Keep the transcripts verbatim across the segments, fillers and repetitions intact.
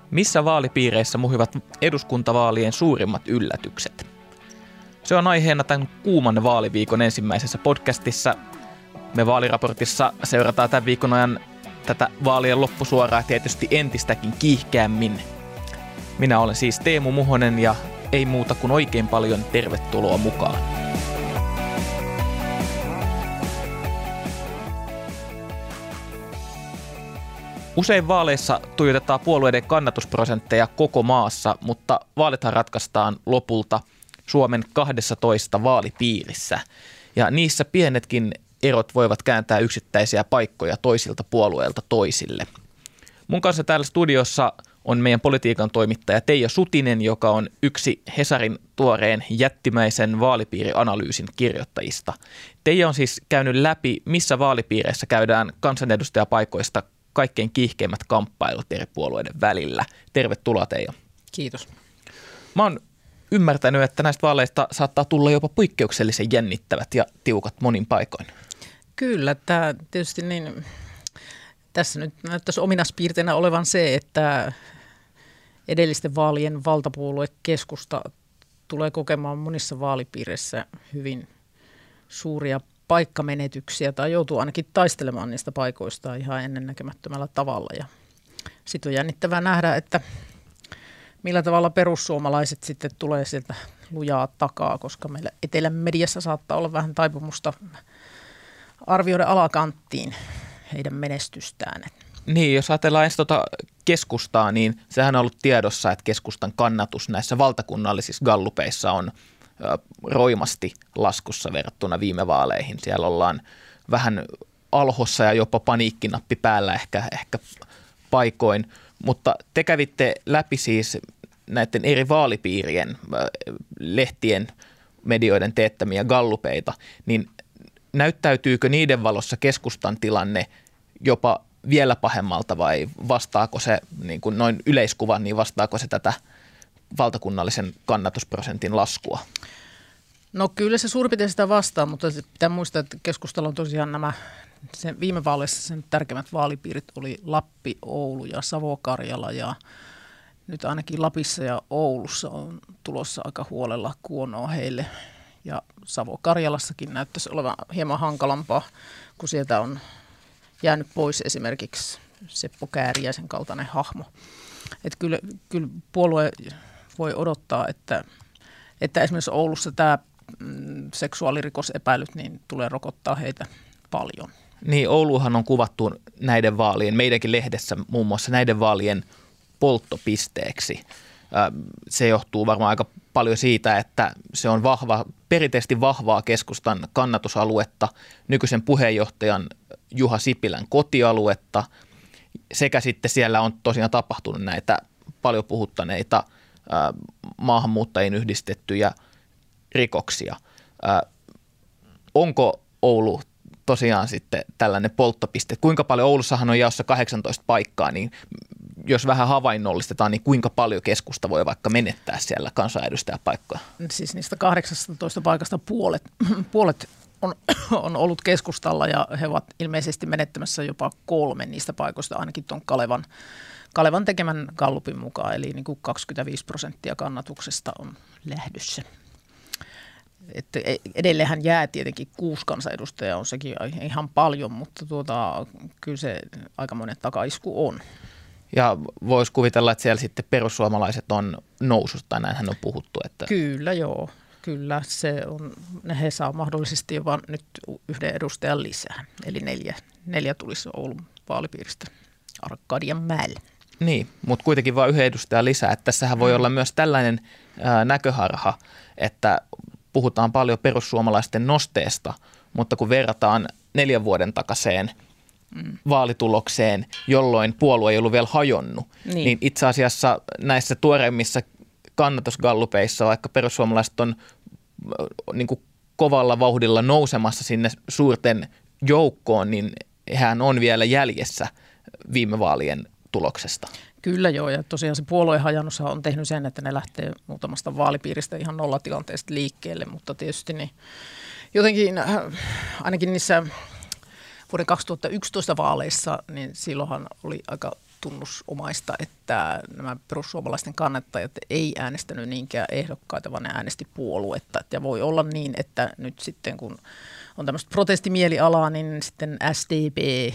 Missä vaalipiireissä muhivat eduskuntavaalien suurimmat yllätykset? Se on aiheena tämän kuuman vaaliviikon ensimmäisessä podcastissa. Me Vaaliraportissa seurataan tämän viikon ajan tätä vaalien loppusuoraa tietysti entistäkin kiihkeämmin. Minä olen siis Teemu Muhonen ja ei muuta kuin oikein paljon tervetuloa mukaan. Usein vaaleissa tuijotetaan puolueiden kannatusprosentteja koko maassa, mutta vaalithan ratkaistaan lopulta Suomen kaksitoista vaalipiirissä. Ja niissä pienetkin erot voivat kääntää yksittäisiä paikkoja toisilta puolueilta toisille. Mun kanssa täällä studiossa on meidän politiikan toimittaja Teija Sutinen, joka on yksi Hesarin tuoreen jättimäisen vaalipiirianalyysin kirjoittajista. Teija on siis käynyt läpi, missä vaalipiireissä käydään kansanedustajapaikoista kaikkein kiihkeimmät kamppailut eri puolueiden välillä. Tervetuloa, Teija. Kiitos. Mä oon ymmärtänyt, että näistä vaaleista saattaa tulla jopa poikkeuksellisen jännittävät ja tiukat monin paikoin. Kyllä, tämä tietysti niin, tässä nyt näyttäisi ominaispiirteinä olevan se, että edellisten vaalien valtapuolue keskusta tulee kokemaan monissa vaalipiireissä hyvin suuria paikkamenetyksiä tai joutuu ainakin taistelemaan niistä paikoista ihan ennennäkemättömällä tavalla. Ja sitten on jännittävää nähdä, että millä tavalla perussuomalaiset sitten tulee sieltä lujaa takaa, koska meillä etelän mediassa saattaa olla vähän taipumusta arvioida alakanttiin heidän menestystään. Niin, jos ajatellaan ensin tuota keskustaa, niin sehän on ollut tiedossa, että keskustan kannatus näissä valtakunnallisissa gallupeissa on roimasti laskussa verrattuna viime vaaleihin. Siellä ollaan vähän alhossa ja jopa paniikkinappi päällä ehkä, ehkä paikoin, mutta te kävitte läpi siis näiden eri vaalipiirien, lehtien, medioiden teettämiä gallupeita, niin näyttäytyykö niiden valossa keskustan tilanne jopa vielä pahemmalta vai vastaako se niin kuin noin yleiskuvan, niin vastaako se tätä valtakunnallisen kannatusprosentin laskua? No kyllä se suurin piirtein sitä vastaa, mutta pitää muistaa, että keskustalla on tosiaan nämä sen viime vaaleissa sen tärkeimmät vaalipiirit oli Lappi, Oulu ja Savo-Karjala ja nyt ainakin Lapissa ja Oulussa on tulossa aika huolella kuonoa heille ja Savo-Karjalassakin näyttäisi olevan hieman hankalampaa, kun sieltä on jäänyt pois esimerkiksi Seppo Kääriäisen kaltainen hahmo. Että kyllä, kyllä puolue voi odottaa, että, että esimerkiksi Oulussa tämä mm, seksuaalirikosepäilyt niin tulee rokottaa heitä paljon. Niin, Ouluhan on kuvattu näiden vaalien, meidänkin lehdessä muun muassa näiden vaalien polttopisteeksi. Se johtuu varmaan aika paljon siitä, että se on vahva, perinteisesti vahvaa keskustan kannatusaluetta, nykyisen puheenjohtajan Juha Sipilän kotialuetta, sekä sitten siellä on tosiaan tapahtunut näitä paljon puhuttaneita maahanmuuttajiin yhdistettyjä rikoksia. Onko Oulu tosiaan sitten tällainen polttopiste? Kuinka paljon, Oulussahan on jaossa kahdeksantoista paikkaa, niin jos vähän havainnollistetaan, niin kuinka paljon keskusta voi vaikka menettää siellä kansanedustajapaikkoja? Siis niistä kahdeksantoista paikasta puolet, puolet on, on ollut keskustalla ja he ovat ilmeisesti menettämässä jopa kolme niistä paikoista, ainakin tuon Kalevan, Kalevan tekemän gallupin mukaan, eli niin kuin kaksikymmentäviisi prosenttia kannatuksesta on lähdössä. Että edelleenhän jää tietenkin kuusi kansanedustajaa, on sekin ihan paljon, mutta tuota, kyllä se aikamoinen takaisku on. Ja voisi kuvitella, että siellä sitten perussuomalaiset on nousussa, tai näinhän on puhuttu. Että Kyllä joo, kyllä se on, he saa mahdollisesti jopa nyt yhden edustajan lisää, eli neljä, neljä tulisi Oulun vaalipiiristä Arkadianmäelle. Niin, mutta kuitenkin vain yhden edustajan lisää. Että tässähän voi mm. olla myös tällainen ää, näköharha, että puhutaan paljon perussuomalaisten nosteesta, mutta kun verrataan neljän vuoden takaiseen mm. vaalitulokseen, jolloin puolue ei ollut vielä hajonnut, niin, niin itse asiassa näissä tuoreimmissa kannatusgallupeissa, vaikka perussuomalaiset on niin kuin kovalla vauhdilla nousemassa sinne suurten joukkoon, niin hän on vielä jäljessä viime vaalien tuloksesta. Kyllä joo, ja tosiaan se puolueen hajannus on tehnyt sen, että ne lähtee muutamasta vaalipiiristä ihan nollatilanteesta liikkeelle, mutta tietysti niin jotenkin ainakin niissä vuoden kaksituhattayksitoista vaaleissa, niin silloinhan oli aika tunnusomaista, että nämä perussuomalaisten kannattajat ei äänestänyt niinkään ehdokkaita, vaan ne äänesti puoluetta. Ja voi olla niin, että nyt sitten kun on tämmöistä protestimielialaa, niin sitten S D P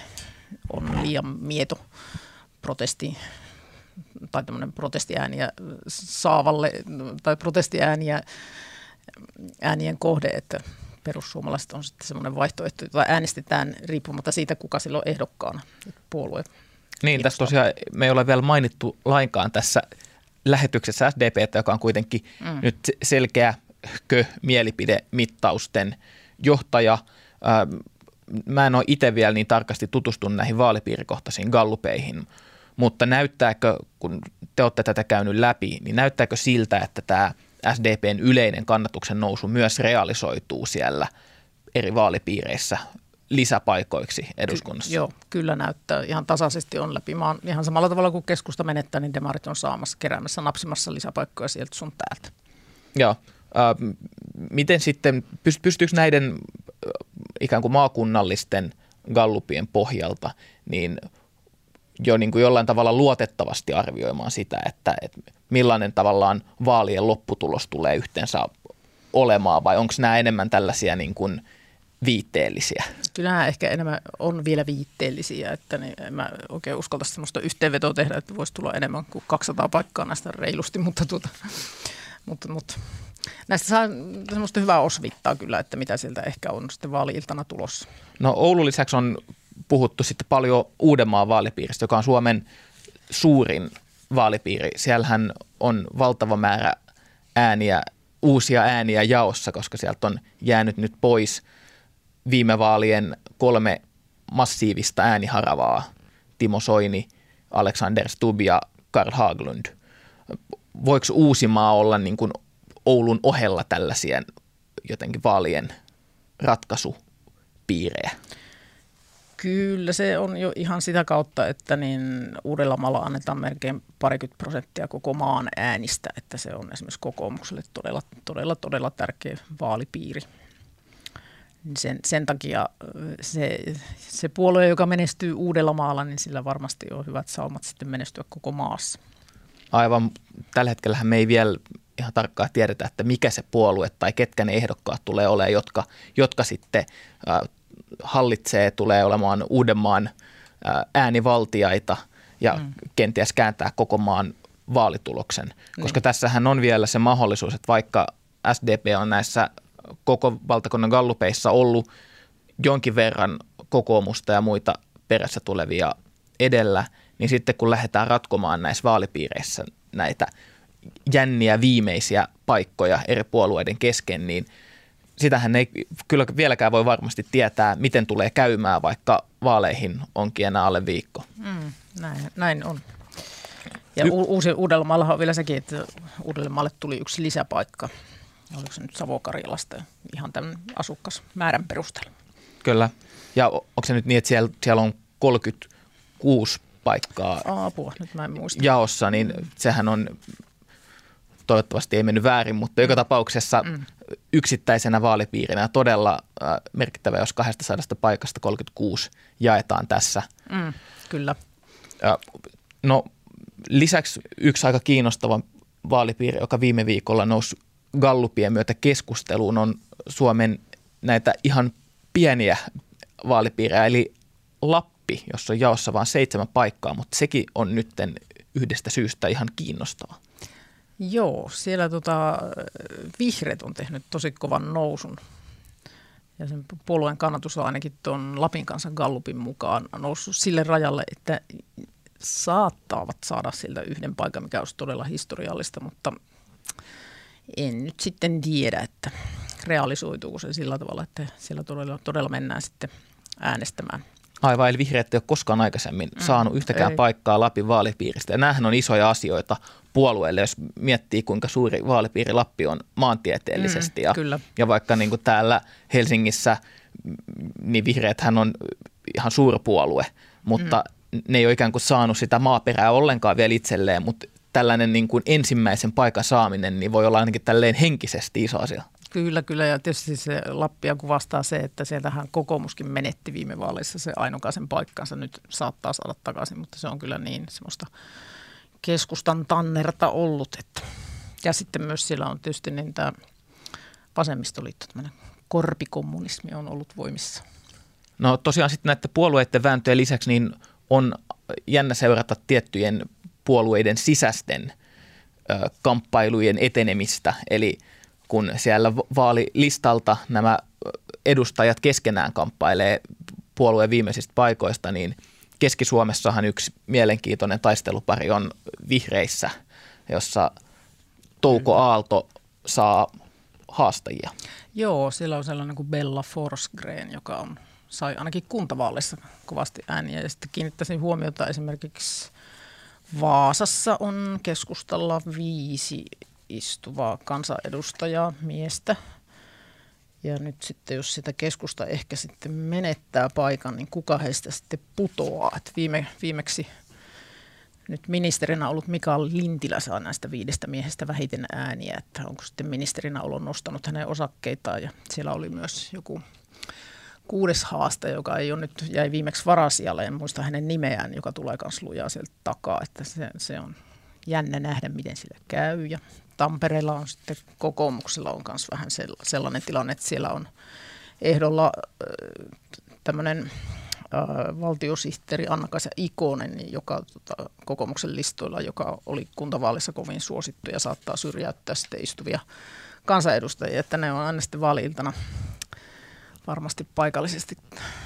on liian mieto protesti tai tämmöinen protestiääniä saavalle tai protestiääniä äänien kohde, että perussuomalaiset on sitten semmoinen vaihtoehto, jota äänestetään riippumatta siitä, kuka silloin on ehdokkaana, puolueet. Niin, tässä tosiaan me ei ole vielä mainittu lainkaan tässä lähetyksessä S D P:tä, joka on kuitenkin mm. nyt selkeäkö mielipidemittausten johtaja. Mä en ole itse vielä niin tarkasti tutustunut näihin vaalipiirikohtaisiin gallupeihin, mutta näyttääkö, kun te olette tätä käynyt läpi, niin näyttääkö siltä, että tämä S D P:n yleinen kannatuksen nousu myös realisoituu siellä eri vaalipiireissä lisäpaikoiksi eduskunnassa? Ky- joo, kyllä näyttää. Ihan tasaisesti on läpi maan. Ihan samalla tavalla kuin keskusta menettää, niin demarit on saamassa, keräämässä, napsimassa lisäpaikkoja sieltä sun täältä. Joo. Äh, miten sitten, pystyykö näiden ikään kuin maakunnallisten gallupien pohjalta niin jo niin kuin jollain tavalla luotettavasti arvioimaan sitä, että, että millainen tavallaan vaalien lopputulos tulee yhteensä olemaan, vai onko nämä enemmän tällaisia niin kuin viitteellisiä? Kyllähän ehkä enemmän on vielä viitteellisiä, että niin en mä oikein uskalta sellaista yhteenvetoa tehdä, että voisi tulla enemmän kuin kaksisataa paikkaa näistä reilusti, mutta, tuota, mutta, mutta näistä saa semmoista hyvää osvittaa kyllä, että mitä sieltä ehkä on sitten vaali-iltana tulossa. No Oulun lisäksi on puhuttu sitten paljon Uudenmaan vaalipiiristä, joka on Suomen suurin vaalipiiri. Siellähän on valtava määrä ääniä, uusia ääniä jaossa, koska sieltä on jäänyt nyt pois viime vaalien kolme massiivista ääniharavaa, Timo Soini, Alexander Stubb ja Carl Haglund. Voiko Uusimaa olla niin kuin Oulun ohella tällaisia jotenkin vaalien ratkaisupiirejä? Kyllä se on jo ihan sitä kautta, että niin Uudellamaalla annetaan melkein parikymmentä prosenttia koko maan äänistä, että se on esimerkiksi kokoomukselle todella, todella, todella tärkeä vaalipiiri. Sen, sen takia se, se puolue, joka menestyy Uudellamaalla, niin sillä varmasti on hyvät saumat sitten menestyä koko maassa. Aivan. Tällä hetkellähän me ei vielä ihan tarkkaan tiedetä, että mikä se puolue tai ketkä ne ehdokkaat tulee olemaan, jotka, jotka sitten äh, hallitsee, tulee olemaan Uudenmaan äh, äänivaltiaita ja mm. kenties kääntää koko maan vaalituloksen. Koska mm. tässähän on vielä se mahdollisuus, että vaikka S D P on näissä koko valtakunnan gallupeissa ollut jonkin verran kokoomusta ja muita perässä tulevia edellä, niin sitten kun lähdetään ratkomaan näissä vaalipiireissä näitä jänniä viimeisiä paikkoja eri puolueiden kesken, niin sitähän ei kyllä vieläkään voi varmasti tietää, miten tulee käymään, vaikka vaaleihin onkin enää alle viikko. Mm, näin, näin on. Ja u- uusi Uudellamaallahan on vielä sekin, että Uudellamaalle tuli yksi lisäpaikka. Oliko se nyt Savo-Karjalasta ihan tämän asukasmäärän perusteella? Kyllä. Ja onko se nyt niin, että siellä, siellä on kolmekymmentäkuusi paikkaa Apua, nyt mä en muista. jaossa, niin sehän on, toivottavasti ei mennyt väärin, mutta joka tapauksessa mm. yksittäisenä vaalipiirinä todella äh, merkittävä, jos kaksisataa paikasta kolmekymmentäkuusi jaetaan tässä. Mm, kyllä. Äh, no lisäksi yksi aika kiinnostava vaalipiiri, joka viime viikolla nousi gallupien myötä keskusteluun, on Suomen näitä ihan pieniä vaalipiirejä, eli Lappi, jossa on jaossa vain seitsemän paikkaa, mutta sekin on nyt yhdestä syystä ihan kiinnostava. Joo, siellä tota, vihreät on tehnyt tosi kovan nousun. Ja sen puolueen kannatus on ainakin tuon Lapin kansan gallupin mukaan noussut sille rajalle, että saattavat saada siltä yhden paikan, mikä olisi todella historiallista, mutta en nyt sitten tiedä, että realisoituuko se sillä tavalla, että siellä todella, todella mennään sitten äänestämään. Aivan, eli vihreät ei ole koskaan aikaisemmin mm, saanut yhtäkään ei. paikkaa Lapin vaalipiiristä. Ja näähän on isoja asioita puolueelle, jos miettii, kuinka suuri vaalipiiri Lappi on maantieteellisesti. Mm, ja, kyllä. ja vaikka niin kuin täällä Helsingissä, niin vihreäthän on ihan suurpuolue, mutta mm. ne ei ole ikään kuin saanut sitä maaperää ollenkaan vielä itselleen, mutta tällainen niin kuin ensimmäisen paikan saaminen niin voi olla ainakin tälleen henkisesti iso asia. Kyllä, kyllä. Ja tietysti se Lappia kuvastaa se, että sieltähän kokoomuskin menetti viime vaaleissa se ainokaisen paikkansa. Nyt saattaa saada takaisin, mutta se on kyllä niin semmoista keskustan tannerta ollut. Että. Ja sitten myös siellä on tietysti niin tämä vasemmistoliitto, tämmöinen korpikommunismi on ollut voimissa. No tosiaan sitten näiden puolueiden vääntöjen lisäksi niin on jännä seurata tiettyjen puolueiden sisäisten ö, kamppailujen etenemistä. Eli kun siellä vaalilistalta nämä edustajat keskenään kamppailee puolueen viimeisistä paikoista, niin Keski-Suomessahan yksi mielenkiintoinen taistelupari on vihreissä, jossa Touko Aalto saa haastajia. Joo, siellä on sellainen kuin Bella Forsgren, joka on, sai ainakin kuntavaaleissa kovasti ääniä. Ja sitten kiinnittäisin huomiota esimerkiksi Vaasassa on keskustalla viisi istuvaa kansanedustajaa miestä. Ja nyt sitten, jos sitä keskusta ehkä sitten menettää paikan, niin kuka heistä sitten putoaa? Et viime, viimeksi nyt ministerinä ollut Mikael Lintilä saa näistä viidestä miehestä vähiten ääniä, että onko sitten ministerinä ollut nostanut hänen osakkeitaan. Ja siellä oli myös joku kuudes haastaja, joka ei ole nyt, jäi viimeksi varasijalle, en muista hänen nimeään, joka tulee myös lujaa sieltä takaa, että se, se on jännä nähdä, miten sillä käy. Ja Tampereella on sitten kokoomuksella on myös vähän sellainen tilanne, että siellä on ehdolla tämmöinen valtiosihteeri Anna-Kaisa Ikonen, joka tota, kokoomuksen listoilla, joka oli kuntavaalissa kovin suosittu ja saattaa syrjäyttää sitten istuvia kansanedustajia, että ne on aina sitten vaali-iltana varmasti paikallisesti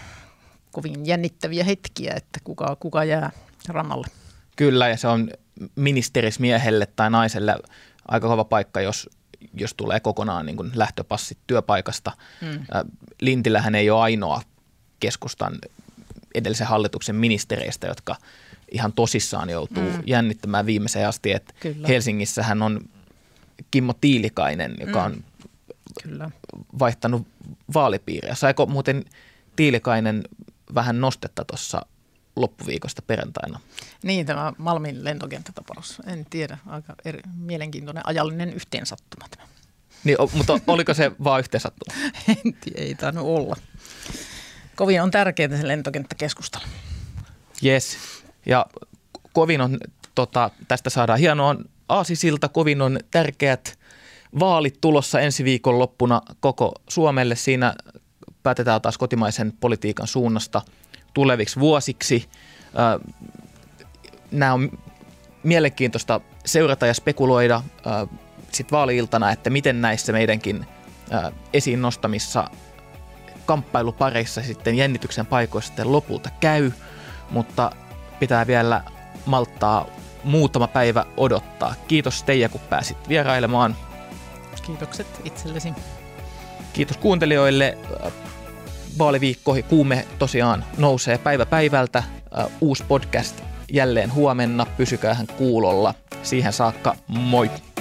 kovin jännittäviä hetkiä, että kuka, kuka jää rannalle. Kyllä, ja se on ministerismiehelle tai naiselle aika kova paikka, jos, jos tulee kokonaan niin kuin lähtöpassit työpaikasta. Mm. Lintilähän ei ole ainoa keskustan edellisen hallituksen ministereistä, jotka ihan tosissaan joutuu mm. jännittämään viimeiseen asti. Että Helsingissähän on Kimmo Tiilikainen, joka on mm. Kyllä. vaihtanut vaalipiiriä. Saiko muuten Tiilikainen vähän nostetta tuossa loppuviikosta perjantaina? Niin, tämä Malmin lentokenttätapaus. En tiedä, aika eri, mielenkiintoinen ajallinen yhteensattuma tämä. Niin, mutta oliko se vaan yhteensattuma? En tiedä, ei tainnut olla. Kovin on tärkeää se lentokenttäkeskustelu. Jes, ja kovin on, tota, tästä saadaan hienoa aasisilta, kovin on tärkeät vaalit tulossa ensi viikon loppuna koko Suomelle. Siinä päätetään taas kotimaisen politiikan suunnasta tuleviksi vuosiksi. Nämä on mielenkiintoista seurata ja spekuloida sitten vaali-iltana, että miten näissä meidänkin esiin nostamissa kamppailupareissa sitten jännityksen paikoissa sitten lopulta käy, mutta pitää vielä malttaa muutama päivä odottaa. Kiitos Teija, kun pääsit vierailemaan. Kiitokset itsellesi. Kiitos kuuntelijoille. Vaaliviikko kuume tosiaan nousee päivä päivältä. Uusi podcast jälleen huomenna. Pysykäähän kuulolla. Siihen saakka moi!